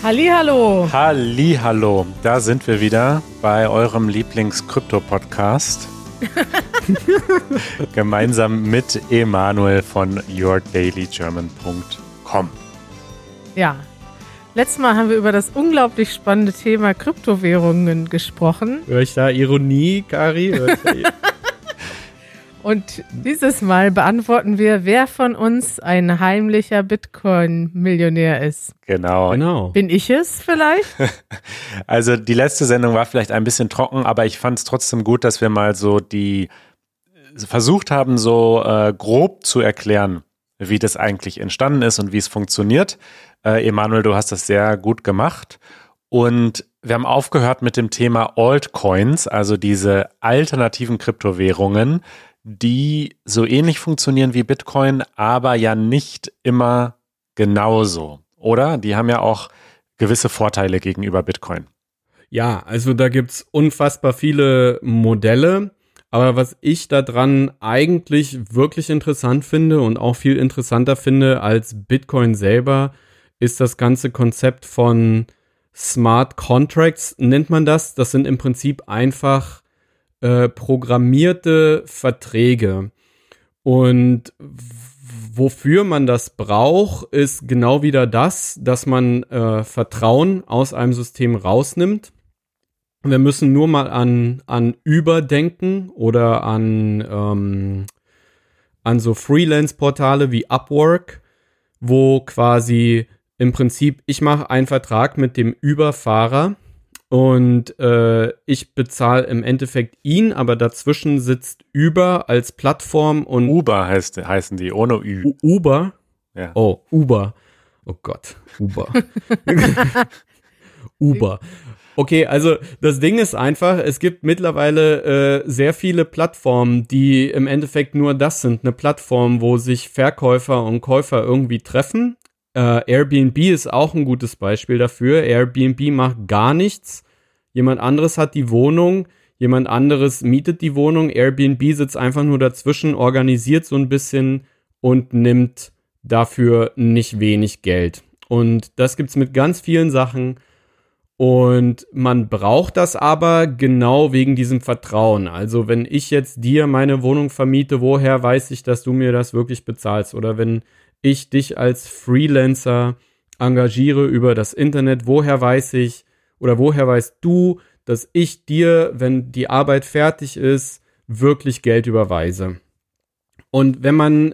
Hallihallo. Hallihallo, da sind wir wieder bei eurem Lieblings-Krypto-Podcast. Gemeinsam mit Emanuel von yourdailygerman.com. Ja, letztes Mal haben wir über das unglaublich spannende Thema Kryptowährungen gesprochen. Hör ich da Ironie, Kari? Und dieses Mal beantworten wir, wer von uns ein heimlicher Bitcoin-Millionär ist. Genau. Bin ich es vielleicht? Also die letzte Sendung war vielleicht ein bisschen trocken, aber ich fand es trotzdem gut, dass wir mal so versucht haben, so grob zu erklären, wie das eigentlich entstanden ist und wie es funktioniert. Emanuel, du hast das sehr gut gemacht. Und wir haben aufgehört mit dem Thema Altcoins, also diese alternativen Kryptowährungen, die so ähnlich funktionieren wie Bitcoin, aber ja nicht immer genauso, oder? Die haben ja auch gewisse Vorteile gegenüber Bitcoin. Ja, also da gibt's unfassbar viele Modelle, aber was ich daran eigentlich wirklich interessant finde und auch viel interessanter finde als Bitcoin selber, ist das ganze Konzept von Smart Contracts, nennt man das. Das sind im Prinzip einfach programmierte Verträge. Und wofür man das braucht, ist genau wieder das, dass man Vertrauen aus einem System rausnimmt. Wir müssen nur mal an Uber denken oder an so Freelance-Portale wie Upwork, wo quasi im Prinzip ich mache einen Vertrag mit dem Uber-Fahrer und ich bezahle im Endeffekt ihn, aber dazwischen sitzt Uber als Plattform und Uber heißen die, ohne Ü. Uber? Ja. Oh, Uber. Oh Gott, Uber. Uber. Okay, also das Ding ist einfach, es gibt mittlerweile sehr viele Plattformen, die im Endeffekt nur das sind. Eine Plattform, wo sich Verkäufer und Käufer irgendwie treffen. Airbnb ist auch ein gutes Beispiel dafür. Airbnb macht gar nichts. Jemand anderes hat die Wohnung, jemand anderes mietet die Wohnung. Airbnb sitzt einfach nur dazwischen, organisiert so ein bisschen und nimmt dafür nicht wenig Geld. Und das gibt's mit ganz vielen Sachen. Und man braucht das aber genau wegen diesem Vertrauen. Also wenn ich jetzt dir meine Wohnung vermiete, woher weiß ich, dass du mir das wirklich bezahlst? Oder wenn ich dich als Freelancer engagiere über das Internet, woher weiß ich oder woher weißt du, dass ich dir, wenn die Arbeit fertig ist, wirklich Geld überweise? Und wenn man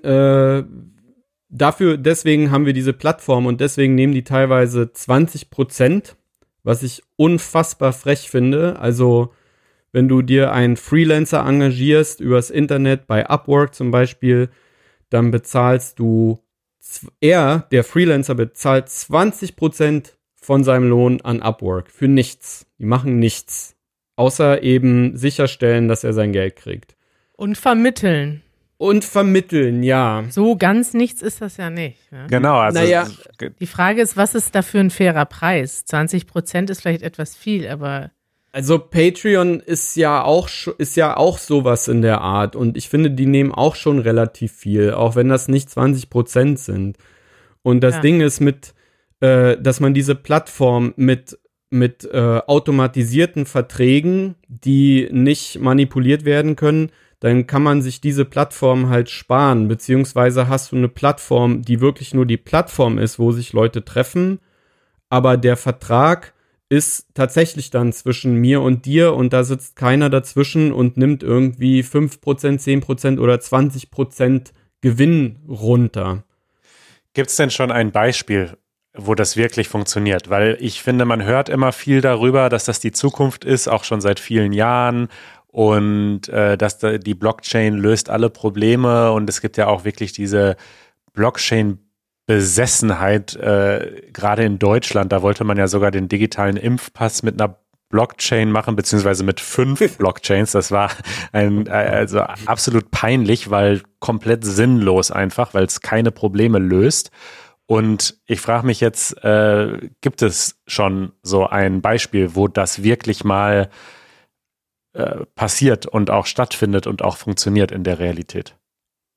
deswegen haben wir diese Plattform und deswegen nehmen die teilweise 20%, was ich unfassbar frech finde. Also wenn du dir einen Freelancer engagierst übers Internet, bei Upwork zum Beispiel, dann bezahlst du der Freelancer bezahlt 20% von seinem Lohn an Upwork für nichts. Die machen nichts. Außer eben sicherstellen, dass er sein Geld kriegt. Und vermitteln. Und vermitteln, ja. So ganz nichts ist das ja nicht. Ne? Genau. Also Die Frage ist, was ist dafür ein fairer Preis? 20% ist vielleicht etwas viel, aber... Also Patreon ist ja auch sowas in der Art und ich finde, die nehmen auch schon relativ viel, auch wenn das nicht 20% sind. Und das Ding ist dass man diese Plattform mit automatisierten Verträgen, die nicht manipuliert werden können, dann kann man sich diese Plattform halt sparen, beziehungsweise hast du eine Plattform, die wirklich nur die Plattform ist, wo sich Leute treffen, aber der Vertrag ist tatsächlich dann zwischen mir und dir und da sitzt keiner dazwischen und nimmt irgendwie 5%, 10% oder 20% Gewinn runter. Gibt es denn schon ein Beispiel, wo das wirklich funktioniert? Weil ich finde, man hört immer viel darüber, dass das die Zukunft ist, auch schon seit vielen Jahren und dass die Blockchain löst alle Probleme und es gibt ja auch wirklich diese Blockchain-Besessenheit, gerade in Deutschland, da wollte man ja sogar den digitalen Impfpass mit einer Blockchain machen, beziehungsweise mit 5 Blockchains. Das war also absolut peinlich, weil komplett sinnlos einfach, weil es keine Probleme löst. Und ich frage mich jetzt, gibt es schon so ein Beispiel, wo das wirklich mal passiert und auch stattfindet und auch funktioniert in der Realität?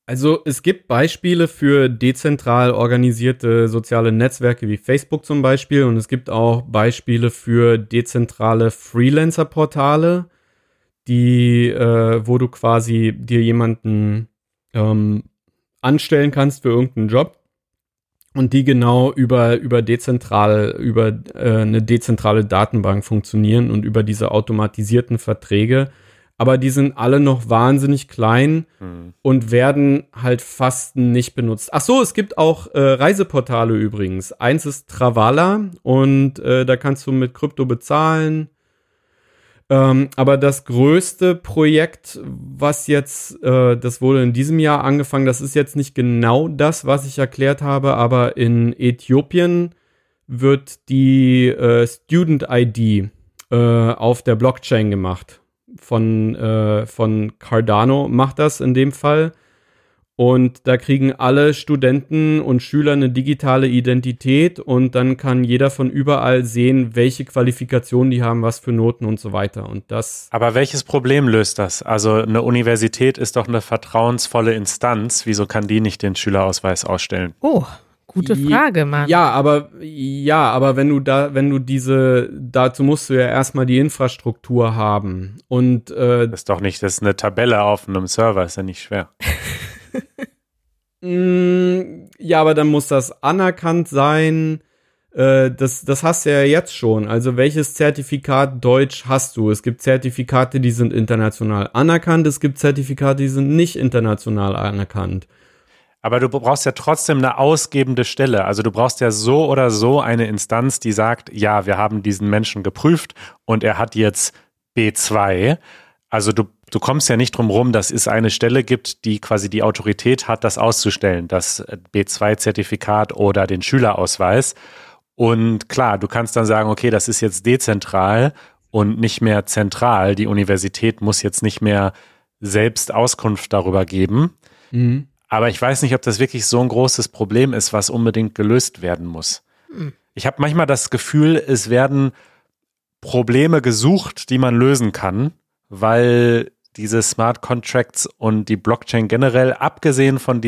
Also es gibt Beispiele für dezentral organisierte soziale Netzwerke wie Facebook zum Beispiel und es gibt auch Beispiele für dezentrale Freelancer-Portale, wo du quasi dir jemanden anstellen kannst für irgendeinen Job und die genau über eine dezentrale Datenbank funktionieren und über diese automatisierten Verträge. Aber die sind alle noch wahnsinnig klein und werden halt fast nicht benutzt. Ach so, es gibt auch Reiseportale übrigens. Eins ist Travala und da kannst du mit Krypto bezahlen. Aber das größte Projekt, was jetzt, das wurde in diesem Jahr angefangen, das ist jetzt nicht genau das, was ich erklärt habe, aber in Äthiopien wird die Student-ID auf der Blockchain gemacht. Von Cardano macht das in dem Fall. Und da kriegen alle Studenten und Schüler eine digitale Identität und dann kann jeder von überall sehen, welche Qualifikationen die haben, was für Noten und so weiter. Und das. Aber welches Problem löst das? Also eine Universität ist doch eine vertrauensvolle Instanz. Wieso kann die nicht den Schülerausweis ausstellen? Oh, gute Frage, Mann. Ja, aber dazu musst du ja erstmal die Infrastruktur haben. Und das ist eine Tabelle auf einem Server, ist ja nicht schwer. Ja, aber dann muss das anerkannt sein. Das hast du ja jetzt schon. Also welches Zertifikat Deutsch hast du? Es gibt Zertifikate, die sind international anerkannt. Es gibt Zertifikate, die sind nicht international anerkannt. Aber du brauchst ja trotzdem eine ausgebende Stelle. Also du brauchst ja so oder so eine Instanz, die sagt, ja, wir haben diesen Menschen geprüft und er hat jetzt B2. Also du kommst ja nicht drum rum, dass es eine Stelle gibt, die quasi die Autorität hat, das auszustellen, das B2-Zertifikat oder den Schülerausweis. Und klar, du kannst dann sagen, okay, das ist jetzt dezentral und nicht mehr zentral. Die Universität muss jetzt nicht mehr selbst Auskunft darüber geben. Mhm. Aber ich weiß nicht, ob das wirklich so ein großes Problem ist, was unbedingt gelöst werden muss. Ich habe manchmal das Gefühl, es werden Probleme gesucht, die man lösen kann, weil diese Smart Contracts und die Blockchain generell, abgesehen von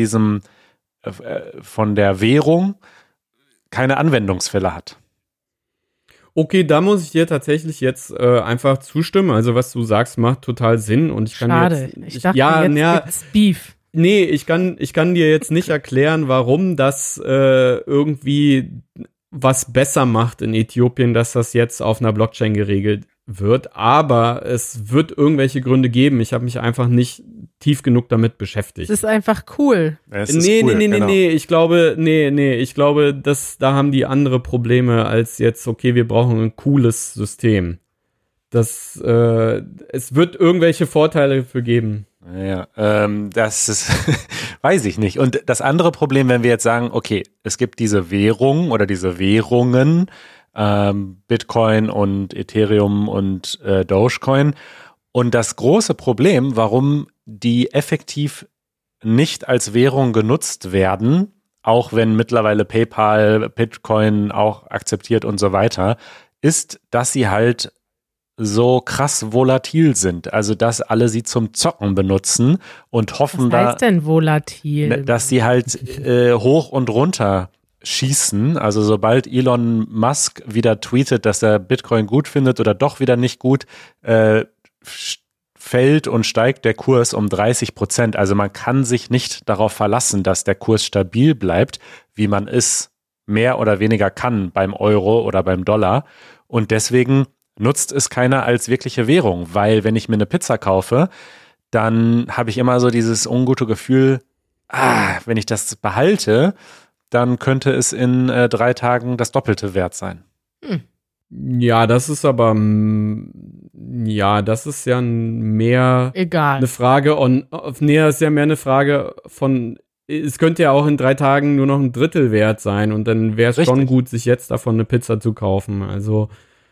von der Währung, keine Anwendungsfälle hat. Okay, da muss ich dir tatsächlich jetzt einfach zustimmen. Also was du sagst, macht total Sinn. Und ich kann Schade, jetzt, ich dachte, jetzt gibt's Beef. Nee, ich kann dir jetzt nicht erklären, warum das irgendwie was besser macht in Äthiopien, dass das jetzt auf einer Blockchain geregelt wird. Aber es wird irgendwelche Gründe geben. Ich habe mich einfach nicht tief genug damit beschäftigt. Es ist einfach cool. Nee. Ich glaube, da haben die andere Probleme als jetzt, okay, wir brauchen ein cooles System. Es wird irgendwelche Vorteile für geben. Ja, das ist, weiß ich nicht. Und das andere Problem, wenn wir jetzt sagen, okay, es gibt diese Währung oder diese Währungen, Bitcoin und Ethereum und Dogecoin. Und das große Problem, warum die effektiv nicht als Währung genutzt werden, auch wenn mittlerweile PayPal, Bitcoin auch akzeptiert und so weiter, ist, dass sie halt so krass volatil sind. Also, dass alle sie zum Zocken benutzen und hoffen, Was heißt denn volatil? dass sie halt hoch und runter schießen. Also, sobald Elon Musk wieder tweetet, dass er Bitcoin gut findet oder doch wieder nicht gut, fällt und steigt der Kurs um 30%. Also, man kann sich nicht darauf verlassen, dass der Kurs stabil bleibt, wie man es mehr oder weniger kann beim Euro oder beim Dollar. Und deswegen nutzt es keiner als wirkliche Währung, weil wenn ich mir eine Pizza kaufe, dann habe ich immer so dieses ungute Gefühl, wenn ich das behalte, dann könnte es in 3 Tagen das Doppelte wert sein. Ja, das ist aber, das ist ja mehr Egal. Eine Frage das ist ja mehr eine Frage von, es könnte ja auch in 3 Tagen nur noch ein Drittel wert sein und dann wäre es schon gut, sich jetzt davon eine Pizza zu kaufen. Also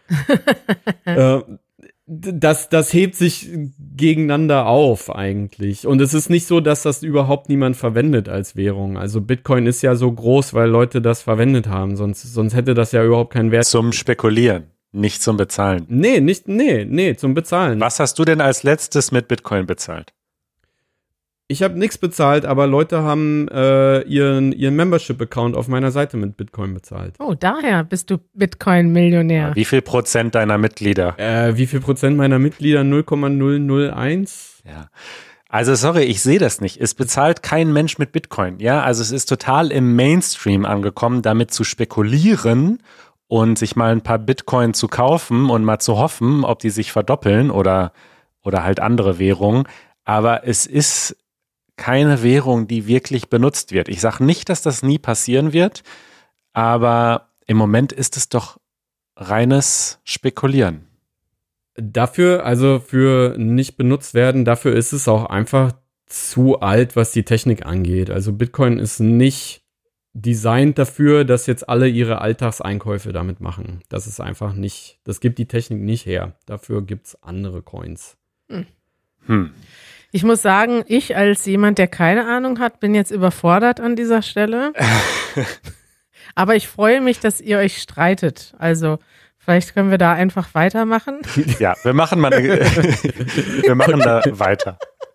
das hebt sich gegeneinander auf eigentlich. Und es ist nicht so, dass das überhaupt niemand verwendet als Währung. Also Bitcoin ist ja so groß, weil Leute das verwendet haben. Sonst hätte das ja überhaupt keinen Wert. Zum Spekulieren, nicht zum Bezahlen. Nee, zum Bezahlen. Was hast du denn als letztes mit Bitcoin bezahlt? Ich habe nichts bezahlt, aber Leute haben ihren Membership-Account auf meiner Seite mit Bitcoin bezahlt. Oh, daher bist du Bitcoin-Millionär. Wie viel Prozent deiner Mitglieder? Wie viel Prozent meiner Mitglieder? 0,001? Ja. Also sorry, ich sehe das nicht. Es bezahlt kein Mensch mit Bitcoin. Ja, also es ist total im Mainstream angekommen, damit zu spekulieren und sich mal ein paar Bitcoin zu kaufen und mal zu hoffen, ob die sich verdoppeln oder halt andere Währungen. Aber es ist keine Währung, die wirklich benutzt wird. Ich sage nicht, dass das nie passieren wird, aber im Moment ist es doch reines Spekulieren. Dafür, also für nicht benutzt werden, dafür ist es auch einfach zu alt, was die Technik angeht. Also Bitcoin ist nicht designt dafür, dass jetzt alle ihre Alltagseinkäufe damit machen. Das ist einfach nicht, das gibt die Technik nicht her. Dafür gibt es andere Coins. Ich muss sagen, ich als jemand, der keine Ahnung hat, bin jetzt überfordert an dieser Stelle. Aber ich freue mich, dass ihr euch streitet. Also vielleicht können wir da einfach weitermachen. Ja, wir machen da weiter.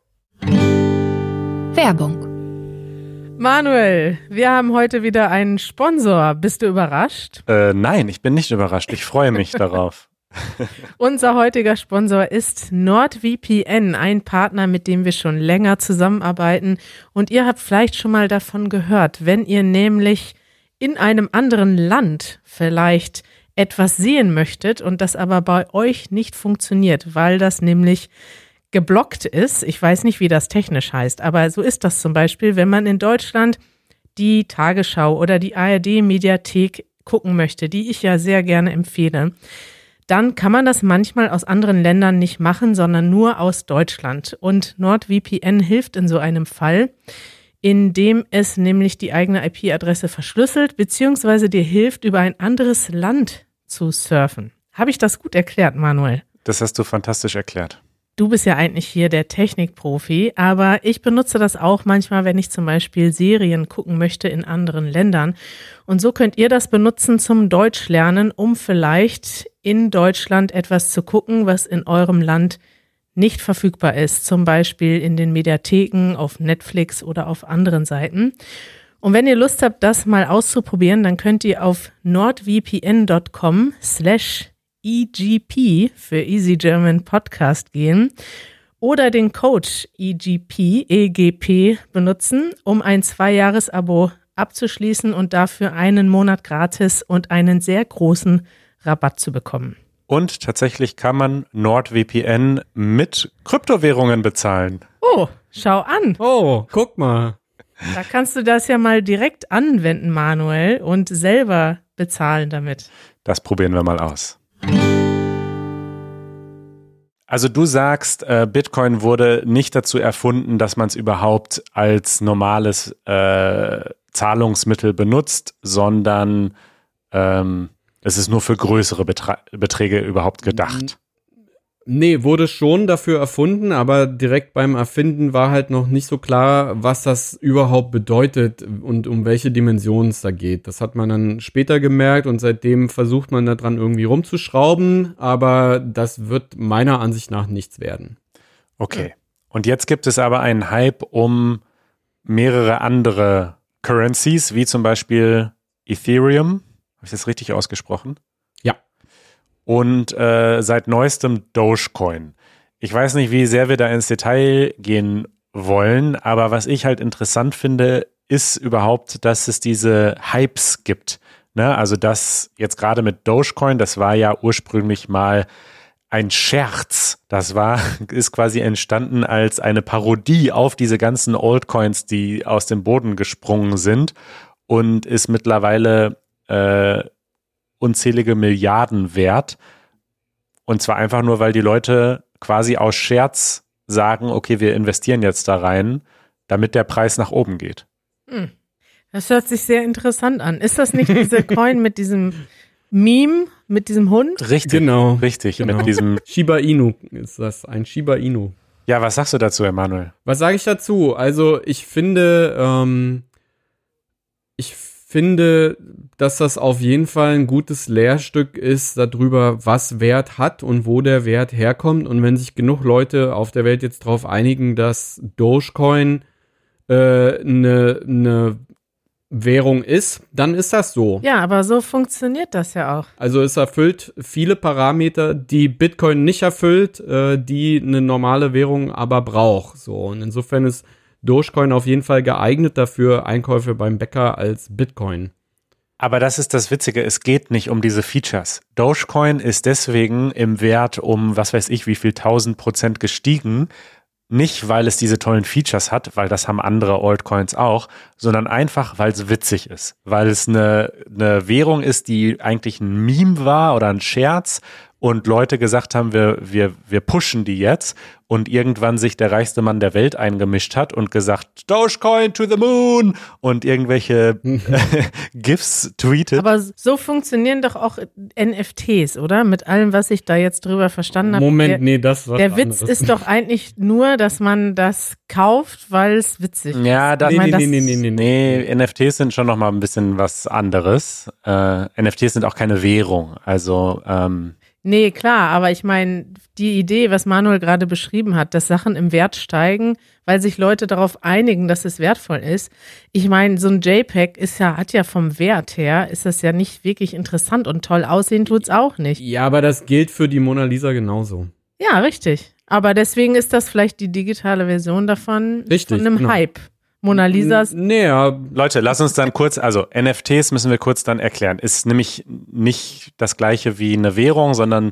Werbung. Manuel, wir haben heute wieder einen Sponsor. Bist du überrascht? Nein, ich bin nicht überrascht. Ich freue mich darauf. Unser heutiger Sponsor ist NordVPN, ein Partner, mit dem wir schon länger zusammenarbeiten. Und ihr habt vielleicht schon mal davon gehört, wenn ihr nämlich in einem anderen Land vielleicht etwas sehen möchtet und das aber bei euch nicht funktioniert, weil das nämlich geblockt ist. Ich weiß nicht, wie das technisch heißt, aber so ist das zum Beispiel, wenn man in Deutschland die Tagesschau oder die ARD-Mediathek gucken möchte, die ich ja sehr gerne empfehle. Dann kann man das manchmal aus anderen Ländern nicht machen, sondern nur aus Deutschland. Und NordVPN hilft in so einem Fall, indem es nämlich die eigene IP-Adresse verschlüsselt, beziehungsweise dir hilft, über ein anderes Land zu surfen. Habe ich das gut erklärt, Manuel? Das hast du fantastisch erklärt. Du bist ja eigentlich hier der Technikprofi, aber ich benutze das auch manchmal, wenn ich zum Beispiel Serien gucken möchte in anderen Ländern. Und so könnt ihr das benutzen zum Deutschlernen, um vielleicht in Deutschland etwas zu gucken, was in eurem Land nicht verfügbar ist. Zum Beispiel in den Mediatheken, auf Netflix oder auf anderen Seiten. Und wenn ihr Lust habt, das mal auszuprobieren, dann könnt ihr auf nordvpn.com/EGP für Easy German Podcast gehen oder den Code EGP benutzen, um ein 2-Jahres-Abo abzuschließen und dafür einen Monat gratis und einen sehr großen Rabatt zu bekommen. Und tatsächlich kann man NordVPN mit Kryptowährungen bezahlen. Oh, schau an. Oh, guck mal. Da kannst du das ja mal direkt anwenden, Manuel, und selber bezahlen damit. Das probieren wir mal aus. Also du sagst, Bitcoin wurde nicht dazu erfunden, dass man es überhaupt als normales Zahlungsmittel benutzt, sondern es ist nur für größere Beträge überhaupt gedacht. Nee, wurde schon dafür erfunden, aber direkt beim Erfinden war halt noch nicht so klar, was das überhaupt bedeutet und um welche Dimensionen es da geht. Das hat man dann später gemerkt und seitdem versucht man daran irgendwie rumzuschrauben, aber das wird meiner Ansicht nach nichts werden. Okay. Und jetzt gibt es aber einen Hype um mehrere andere Currencies, wie zum Beispiel Ethereum. Habe ich das richtig ausgesprochen? Ja. Und seit neuestem Dogecoin. Ich weiß nicht, wie sehr wir da ins Detail gehen wollen, aber was ich halt interessant finde, ist überhaupt, dass es diese Hypes gibt. Ne? Also das jetzt gerade mit Dogecoin, das war ja ursprünglich mal ein Scherz. Ist quasi entstanden als eine Parodie auf diese ganzen Altcoins, die aus dem Boden gesprungen sind und ist mittlerweile unzählige Milliarden wert. Und zwar einfach nur, weil die Leute quasi aus Scherz sagen, okay, wir investieren jetzt da rein, damit der Preis nach oben geht. Das hört sich sehr interessant an. Ist das nicht diese Coin mit diesem Meme, mit diesem Hund? Richtig, Genau. Richtig, Genau. mit diesem. Shiba Inu ist das, ein Shiba Inu. Ja, was sagst du dazu, Emanuel? Was sage ich dazu? Also ich finde finde, dass das auf jeden Fall ein gutes Lehrstück ist darüber, was Wert hat und wo der Wert herkommt. Und wenn sich genug Leute auf der Welt jetzt darauf einigen, dass Dogecoin eine Währung ist, dann ist das so. Ja, aber so funktioniert das ja auch. Also es erfüllt viele Parameter, die Bitcoin nicht erfüllt, die eine normale Währung aber braucht. So, und insofern ist Dogecoin auf jeden Fall geeignet dafür, Einkäufe beim Bäcker als Bitcoin. Aber das ist das Witzige, es geht nicht um diese Features. Dogecoin ist deswegen im Wert um, was weiß ich, wie viel 1000% gestiegen. Nicht, weil es diese tollen Features hat, weil das haben andere Altcoins auch, sondern einfach, weil es witzig ist. Weil es eine Währung ist, die eigentlich ein Meme war oder ein Scherz und Leute gesagt haben, wir pushen die jetzt und irgendwann sich der reichste Mann der Welt eingemischt hat und gesagt, Dogecoin to the moon und irgendwelche GIFs tweetet. Aber so funktionieren doch auch NFTs, oder? Mit allem, was ich da jetzt drüber verstanden habe. Moment, nee, das war der Witz ist doch eigentlich nur, dass man das kauft, weil es witzig ist. Ja, Nee, NFTs sind schon nochmal ein bisschen was anderes. NFTs sind auch keine Währung, also Nee, klar, aber ich meine, die Idee, was Manuel gerade beschrieben hat, dass Sachen im Wert steigen, weil sich Leute darauf einigen, dass es wertvoll ist. Ich meine, so ein JPEG hat ja vom Wert her, ist das ja nicht wirklich interessant und toll aussehen tut's auch nicht. Ja, aber das gilt für die Mona Lisa genauso. Ja, richtig. Aber deswegen ist das vielleicht die digitale Version davon Richtig, von einem genau. Hype. Mona Lisas. Naja, Leute, lass uns dann kurz, also NFTs müssen wir kurz dann erklären. Ist nämlich nicht das gleiche wie eine Währung, sondern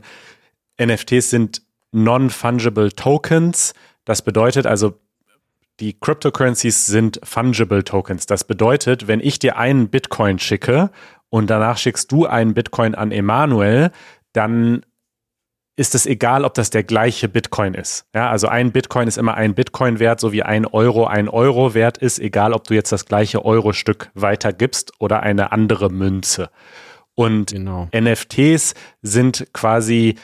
NFTs sind Non-Fungible Tokens. Das bedeutet also, die Cryptocurrencies sind Fungible Tokens. Das bedeutet, wenn ich dir einen Bitcoin schicke und danach schickst du einen Bitcoin an Emanuel, dann ist es egal, ob das der gleiche Bitcoin ist. Ja, also ein Bitcoin ist immer ein Bitcoin wert, so wie ein Euro wert ist, egal ob du jetzt das gleiche Euro-Stück weitergibst oder eine andere Münze. Und genau. NFTs sind quasi,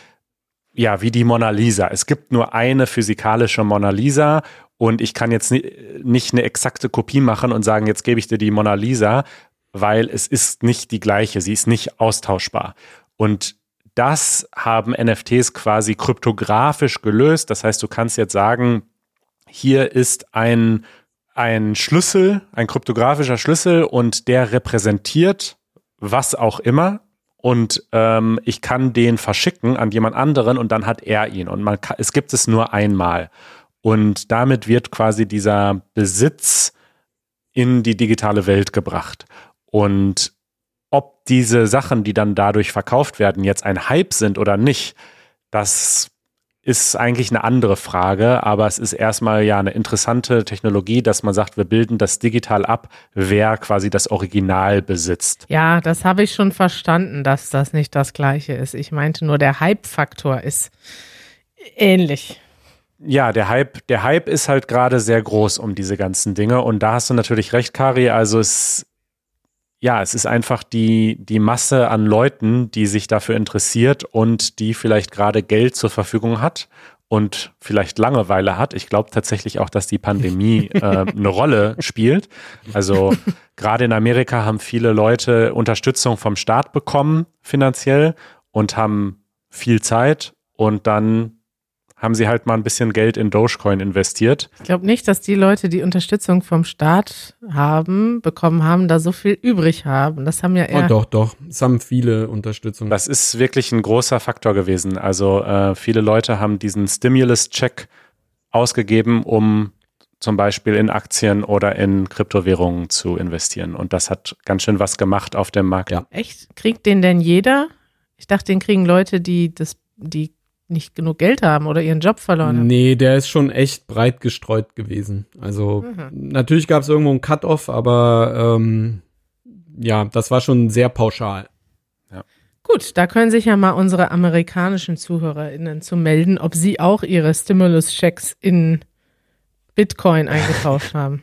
ja, wie die Mona Lisa. Es gibt nur eine physikalische Mona Lisa und ich kann jetzt nicht eine exakte Kopie machen und sagen, jetzt gebe ich dir die Mona Lisa, weil es ist nicht die gleiche, sie ist nicht austauschbar. Und das haben NFTs quasi kryptografisch gelöst. Das heißt, du kannst jetzt sagen, hier ist ein Schlüssel, ein kryptografischer Schlüssel und der repräsentiert was auch immer. Und ich kann den verschicken an jemand anderen und dann hat er ihn. Und es gibt es nur einmal. Und damit wird quasi dieser Besitz in die digitale Welt gebracht. Und ob diese Sachen, die dann dadurch verkauft werden, jetzt ein Hype sind oder nicht, das ist eigentlich eine andere Frage, aber es ist erstmal ja eine interessante Technologie, dass man sagt, wir bilden das digital ab, wer quasi das Original besitzt. Ja, das habe ich schon verstanden, dass das nicht das Gleiche ist. Ich meinte nur, der Hype-Faktor ist ähnlich. Ja, der Hype ist halt gerade sehr groß um diese ganzen Dinge und da hast du natürlich recht, Kari, also es ist einfach die Masse an Leuten, die sich dafür interessiert und die vielleicht gerade Geld zur Verfügung hat und vielleicht Langeweile hat. Ich glaube tatsächlich auch, dass die Pandemie eine Rolle spielt. Also gerade in Amerika haben viele Leute Unterstützung vom Staat bekommen, finanziell, und haben viel Zeit und dann haben sie halt mal ein bisschen Geld in Dogecoin investiert. Ich glaube nicht, dass die Leute, die Unterstützung vom Staat bekommen haben, da so viel übrig haben. Das haben ja eher... Oh, doch. Es haben viele Unterstützung. Das ist wirklich ein großer Faktor gewesen. Also viele Leute haben diesen Stimulus-Check ausgegeben, um zum Beispiel in Aktien oder in Kryptowährungen zu investieren. Und das hat ganz schön was gemacht auf dem Markt. Ja. Echt? Kriegt den denn jeder? Ich dachte, den kriegen Leute, die nicht genug Geld haben oder ihren Job verloren haben. Nee, der ist schon echt breit gestreut gewesen. Also natürlich gab es irgendwo einen Cut-Off, aber das war schon sehr pauschal. Ja. Gut, da können sich ja mal unsere amerikanischen ZuhörerInnen zu melden, ob sie auch ihre Stimulus-Checks in Bitcoin eingekauft haben.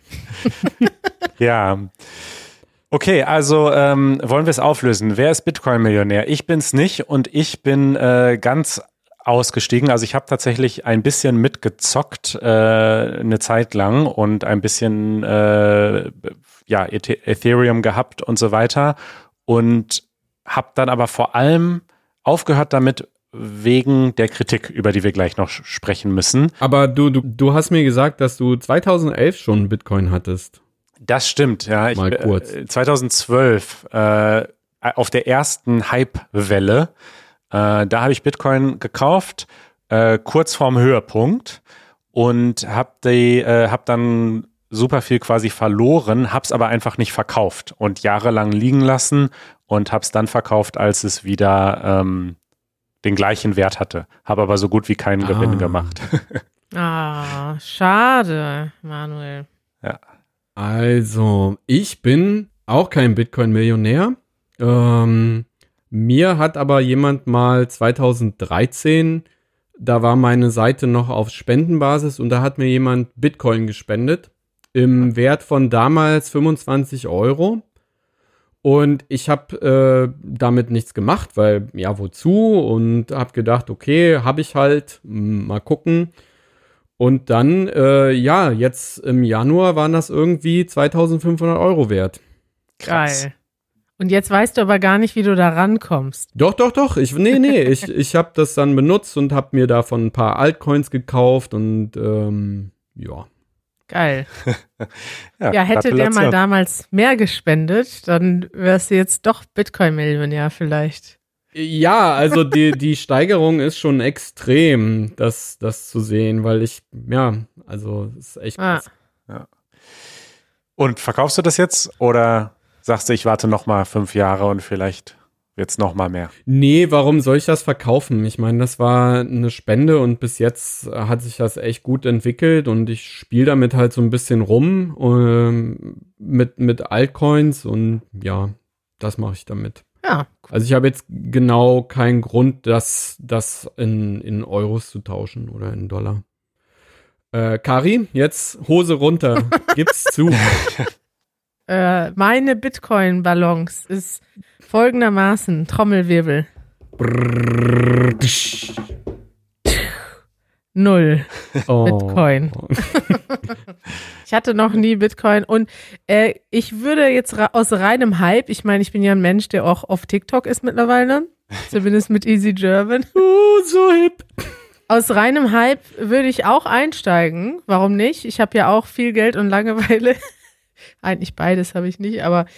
Ja. Okay, also wollen wir es auflösen. Wer ist Bitcoin-Millionär? Ich bin's nicht und ich bin ganz ausgestiegen. Also ich habe tatsächlich ein bisschen mitgezockt eine Zeit lang und ein bisschen Ethereum gehabt und so weiter und habe dann aber vor allem aufgehört damit wegen der Kritik, über die wir gleich noch sprechen müssen. Aber du hast mir gesagt, dass du 2011 schon Bitcoin hattest. Das stimmt, ja. Mal kurz. 2012 auf der ersten Hype-Welle, da habe ich Bitcoin gekauft, kurz vorm Höhepunkt und hab dann super viel quasi verloren, hab's aber einfach nicht verkauft und jahrelang liegen lassen und hab's dann verkauft, als es wieder den gleichen Wert hatte. Habe aber so gut wie keinen Gewinn gemacht. Schade, Manuel. Ja. Also, ich bin auch kein Bitcoin-Millionär. Mir hat aber jemand mal 2013, da war meine Seite noch auf Spendenbasis und da hat mir jemand Bitcoin gespendet im Wert von damals 25 €. Und ich habe damit nichts gemacht, weil, ja, wozu? Und habe gedacht, okay, habe ich halt, mal gucken. Und dann, jetzt im Januar waren das irgendwie 2.500 € wert. Krass. Geil. Und jetzt weißt du aber gar nicht, wie du da rankommst. Doch. Ich habe das dann benutzt und habe mir davon ein paar Altcoins gekauft und ja. Geil. Ja, hätte der mal damals mehr gespendet, dann wärst du jetzt doch Bitcoin-Millionär vielleicht. Ja, also die Steigerung ist schon extrem, das zu sehen, weil das ist echt krass. Ja. Und verkaufst du das jetzt oder sagst du, ich warte noch mal 5 Jahre und vielleicht wird's noch mal mehr? Nee, warum soll ich das verkaufen? Ich meine, das war eine Spende und bis jetzt hat sich das echt gut entwickelt und ich spiele damit halt so ein bisschen rum mit Altcoins und ja, das mache ich damit. Ja. Also ich habe jetzt genau keinen Grund, das in Euros zu tauschen oder in Dollar. Kari, jetzt Hose runter, gib's zu. Meine Bitcoin-Balance ist folgendermaßen, Trommelwirbel. 0 Bitcoin. Ich hatte noch nie Bitcoin und ich würde jetzt aus reinem Hype, ich meine, ich bin ja ein Mensch, der auch auf TikTok ist mittlerweile, zumindest mit Easy German. So hip. Aus reinem Hype würde ich auch einsteigen. Warum nicht? Ich habe ja auch viel Geld und Langeweile. Eigentlich beides habe ich nicht, aber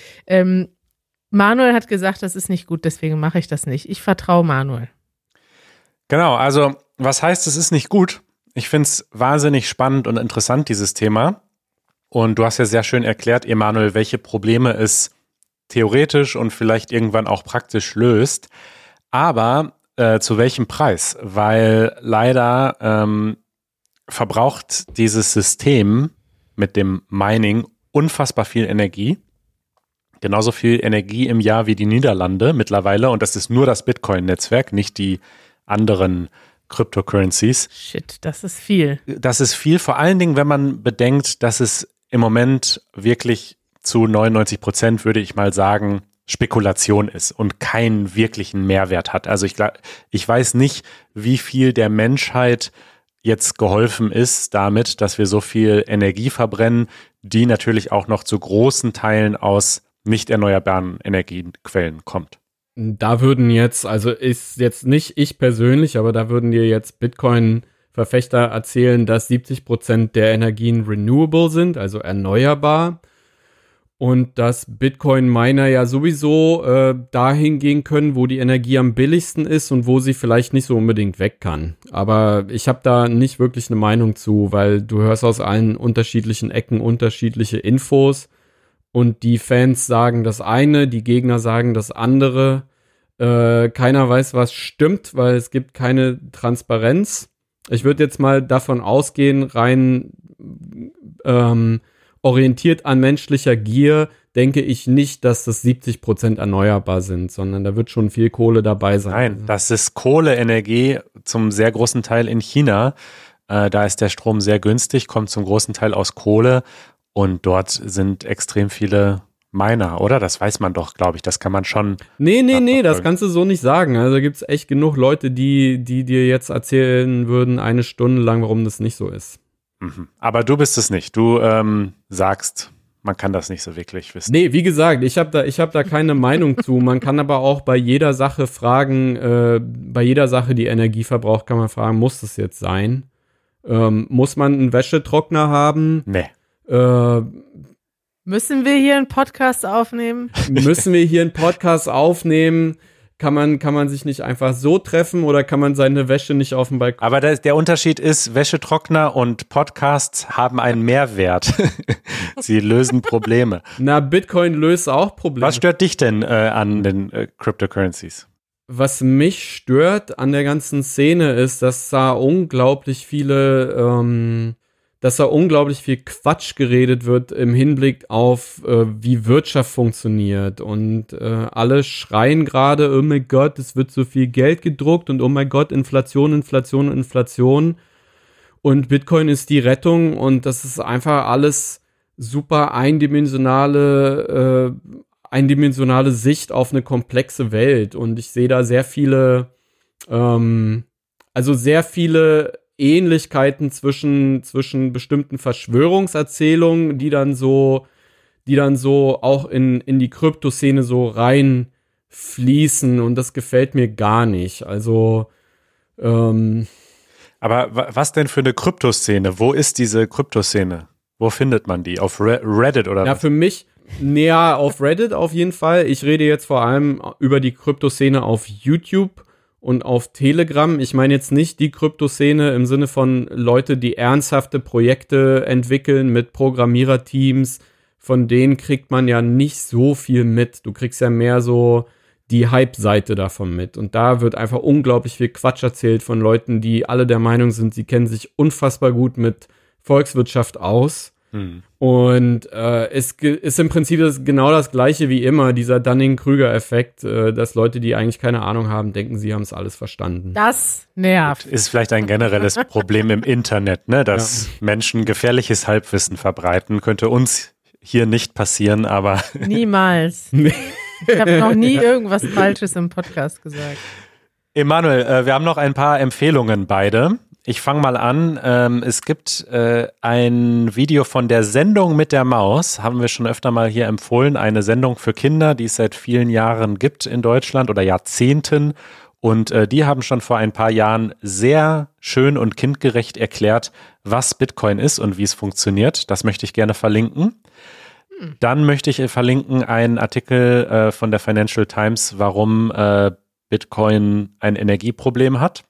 Manuel hat gesagt, das ist nicht gut, deswegen mache ich das nicht. Ich vertraue Manuel. Genau, also was heißt, es ist nicht gut? Ich finde es wahnsinnig spannend und interessant, dieses Thema. Und du hast ja sehr schön erklärt, Emanuel, welche Probleme es theoretisch und vielleicht irgendwann auch praktisch löst. Aber zu welchem Preis? Weil leider verbraucht dieses System mit dem Mining unfassbar viel Energie. Genauso viel Energie im Jahr wie die Niederlande mittlerweile. Und das ist nur das Bitcoin-Netzwerk, nicht die anderen Cryptocurrencies. Shit, das ist viel. Das ist viel, vor allen Dingen, wenn man bedenkt, dass es im Moment wirklich zu 99%, würde ich mal sagen, Spekulation ist und keinen wirklichen Mehrwert hat. Also ich weiß nicht, wie viel der Menschheit jetzt geholfen ist damit, dass wir so viel Energie verbrennen, die natürlich auch noch zu großen Teilen aus nicht erneuerbaren Energiequellen kommt. Da würden jetzt, also ist jetzt nicht ich persönlich, aber da würden dir jetzt Bitcoin-Verfechter erzählen, dass 70% der Energien renewable sind, also erneuerbar. Und dass Bitcoin-Miner ja sowieso dahin gehen können, wo die Energie am billigsten ist und wo sie vielleicht nicht so unbedingt weg kann. Aber ich habe da nicht wirklich eine Meinung zu, weil du hörst aus allen unterschiedlichen Ecken unterschiedliche Infos und die Fans sagen das eine, die Gegner sagen das andere. Keiner weiß, was stimmt, weil es gibt keine Transparenz. Ich würde jetzt mal davon ausgehen, rein orientiert an menschlicher Gier, denke ich nicht, dass das 70% erneuerbar sind, sondern da wird schon viel Kohle dabei sein. Nein, das ist Kohleenergie zum sehr großen Teil in China. Da ist der Strom sehr günstig, kommt zum großen Teil aus Kohle und dort sind extrem viele Miner, oder? Das weiß man doch, glaube ich. Das kann man schon. Nee, das kannst du so nicht sagen. Also gibt es echt genug Leute, die dir jetzt erzählen würden, 1 Stunde lang, warum das nicht so ist. Mhm. Aber du bist es nicht. Du sagst, man kann das nicht so wirklich wissen. Nee, wie gesagt, ich hab da keine Meinung zu. Man kann aber auch bei jeder Sache fragen, bei jeder Sache, die Energie verbraucht, kann man fragen, muss das jetzt sein? Muss man einen Wäschetrockner haben? Nee. Müssen wir hier einen Podcast aufnehmen? Kann man sich nicht einfach so treffen oder kann man seine Wäsche nicht auf dem Balkon? Aber der Unterschied ist, Wäschetrockner und Podcasts haben einen Mehrwert. Sie lösen Probleme. Na, Bitcoin löst auch Probleme. Was stört dich denn an den Cryptocurrencies? Was mich stört an der ganzen Szene ist, dass da unglaublich viel Quatsch geredet wird im Hinblick auf, wie Wirtschaft funktioniert. Und alle schreien gerade, oh mein Gott, es wird so viel Geld gedruckt und oh mein Gott, Inflation. Und Bitcoin ist die Rettung und das ist einfach alles super eindimensionale Sicht auf eine komplexe Welt. Und ich sehe da sehr viele Ähnlichkeiten zwischen bestimmten Verschwörungserzählungen, die dann so auch in die Kryptoszene so reinfließen und das gefällt mir gar nicht. Also Aber was denn für eine Kryptoszene? Wo ist diese Kryptoszene? Wo findet man die? Auf Reddit oder ja, was? für mich näher auf Reddit auf jeden Fall. Ich rede jetzt vor allem über die Kryptoszene auf YouTube und auf Telegram. Ich meine jetzt nicht die Kryptoszene im Sinne von Leute, die ernsthafte Projekte entwickeln mit Programmiererteams. Von denen kriegt man ja nicht so viel mit. Du kriegst ja mehr so die Hype-Seite davon mit. Und da wird einfach unglaublich viel Quatsch erzählt von Leuten, die alle der Meinung sind, sie kennen sich unfassbar gut mit Volkswirtschaft aus. Und es ist im Prinzip genau das Gleiche wie immer, dieser Dunning-Kruger-Effekt, dass Leute, die eigentlich keine Ahnung haben, denken, sie haben es alles verstanden. Das nervt. Ist vielleicht ein generelles Problem im Internet, ne? Dass Menschen gefährliches Halbwissen verbreiten. Könnte uns hier nicht passieren, aber Niemals. Ich habe noch nie irgendwas Falsches im Podcast gesagt. Emanuel, wir haben noch ein paar Empfehlungen beide. Ich fange mal an. Es gibt ein Video von der Sendung mit der Maus, haben wir schon öfter mal hier empfohlen. Eine Sendung für Kinder, die es seit vielen Jahren gibt in Deutschland oder Jahrzehnten. Und die haben schon vor ein paar Jahren sehr schön und kindgerecht erklärt, was Bitcoin ist und wie es funktioniert. Das möchte ich gerne verlinken. Dann möchte ich verlinken einen Artikel von der Financial Times, warum Bitcoin ein Energieproblem hat.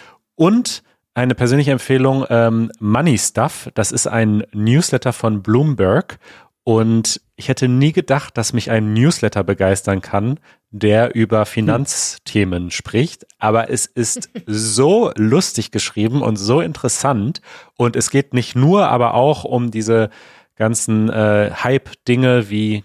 Und eine persönliche Empfehlung, Money Stuff, das ist ein Newsletter von Bloomberg und ich hätte nie gedacht, dass mich ein Newsletter begeistern kann, der über Finanzthemen spricht, aber es ist so lustig geschrieben und so interessant und es geht nicht nur, aber auch um diese ganzen Hype-Dinge wie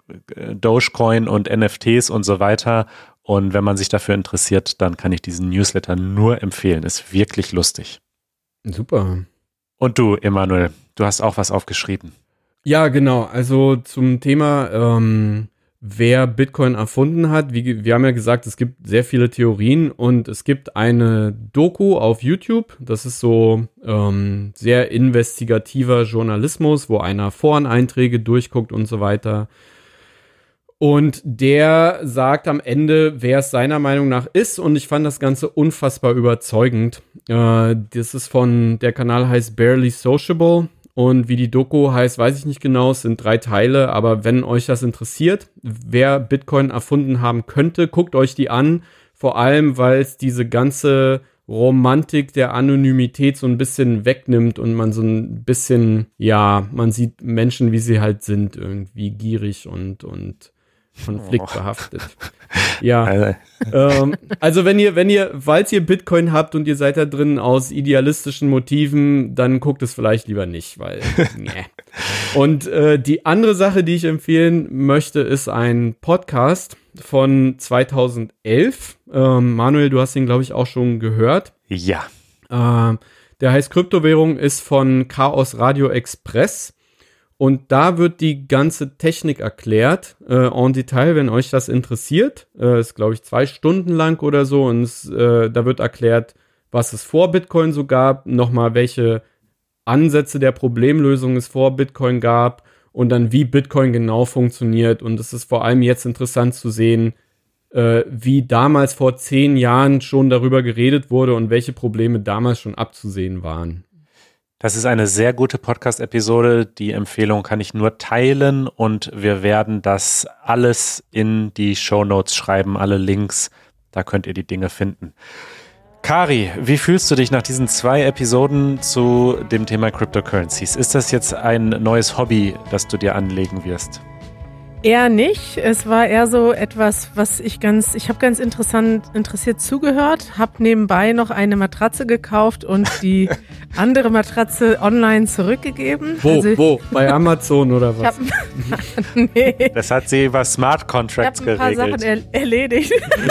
Dogecoin und NFTs und so weiter. Und wenn man sich dafür interessiert, dann kann ich diesen Newsletter nur empfehlen. Ist wirklich lustig. Super. Und du, Emanuel, du hast auch was aufgeschrieben. Ja, genau. Also zum Thema, wer Bitcoin erfunden hat. Wir haben ja gesagt, es gibt sehr viele Theorien und es gibt eine Doku auf YouTube. Das ist so sehr investigativer Journalismus, wo einer Foreneinträge durchguckt und so weiter. Und der sagt am Ende, wer es seiner Meinung nach ist. Und ich fand das Ganze unfassbar überzeugend. Das ist der Kanal heißt Barely Sociable. Und wie die Doku heißt, weiß ich nicht genau. Es sind 3 Teile. Aber wenn euch das interessiert, wer Bitcoin erfunden haben könnte, guckt euch die an. Vor allem, weil es diese ganze Romantik der Anonymität so ein bisschen wegnimmt und man so ein bisschen, ja, man sieht Menschen, wie sie halt sind, irgendwie gierig und konfliktbehaftet. Ja. Also falls ihr Bitcoin habt und ihr seid da drin aus idealistischen Motiven, dann guckt es vielleicht lieber nicht, weil nee. Und die andere Sache, die ich empfehlen möchte, ist ein Podcast von 2011. Manuel, du hast ihn, glaube ich, auch schon gehört. Ja. Der heißt Kryptowährung, ist von Chaos Radio Express. Und da wird die ganze Technik erklärt, en Detail, wenn euch das interessiert. Ist, glaube ich, 2 Stunden lang oder so. Und da wird erklärt, was es vor Bitcoin so gab, nochmal welche Ansätze der Problemlösung es vor Bitcoin gab und dann wie Bitcoin genau funktioniert. Und es ist vor allem jetzt interessant zu sehen, wie damals vor 10 Jahren schon darüber geredet wurde und welche Probleme damals schon abzusehen waren. Das ist eine sehr gute Podcast-Episode. Die Empfehlung kann ich nur teilen und wir werden das alles in die Shownotes schreiben, alle Links. Da könnt ihr die Dinge finden. Kari, wie fühlst du dich nach diesen 2 Episoden zu dem Thema Cryptocurrencies? Ist das jetzt ein neues Hobby, das du dir anlegen wirst? Eher nicht. Es war eher so etwas, was ich habe ganz interessiert zugehört, habe nebenbei noch eine Matratze gekauft und die andere Matratze online zurückgegeben. Wo? Bei Amazon oder was? Nee. Das hat sie über Smart Contracts geregelt. Ich habe ein paar Sachen erledigt.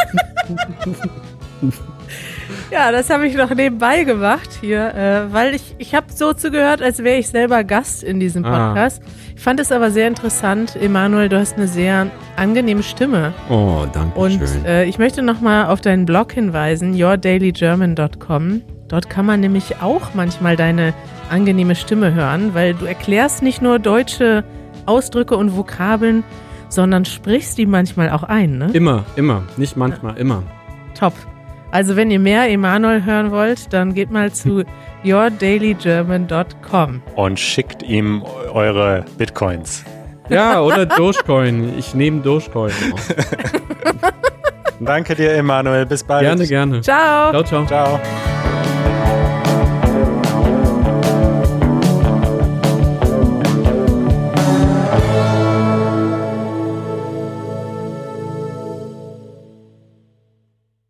Ja, das habe ich noch nebenbei gemacht hier, weil ich habe so zugehört, als wäre ich selber Gast in diesem Podcast. Ich fand es aber sehr interessant. Emanuel, du hast eine sehr angenehme Stimme. Oh, danke schön. Und ich möchte nochmal auf deinen Blog hinweisen, yourdailygerman.com. Dort kann man nämlich auch manchmal deine angenehme Stimme hören, weil du erklärst nicht nur deutsche Ausdrücke und Vokabeln, sondern sprichst die manchmal auch ein, ne? Immer. Nicht manchmal, immer. Top. Also wenn ihr mehr Emanuel hören wollt, dann geht mal zu yourdailygerman.com. Und schickt ihm eure Bitcoins. Ja, oder Dogecoin. Ich nehme Dogecoin. Danke dir, Emanuel. Bis bald. Gerne. Ciao. Ciao.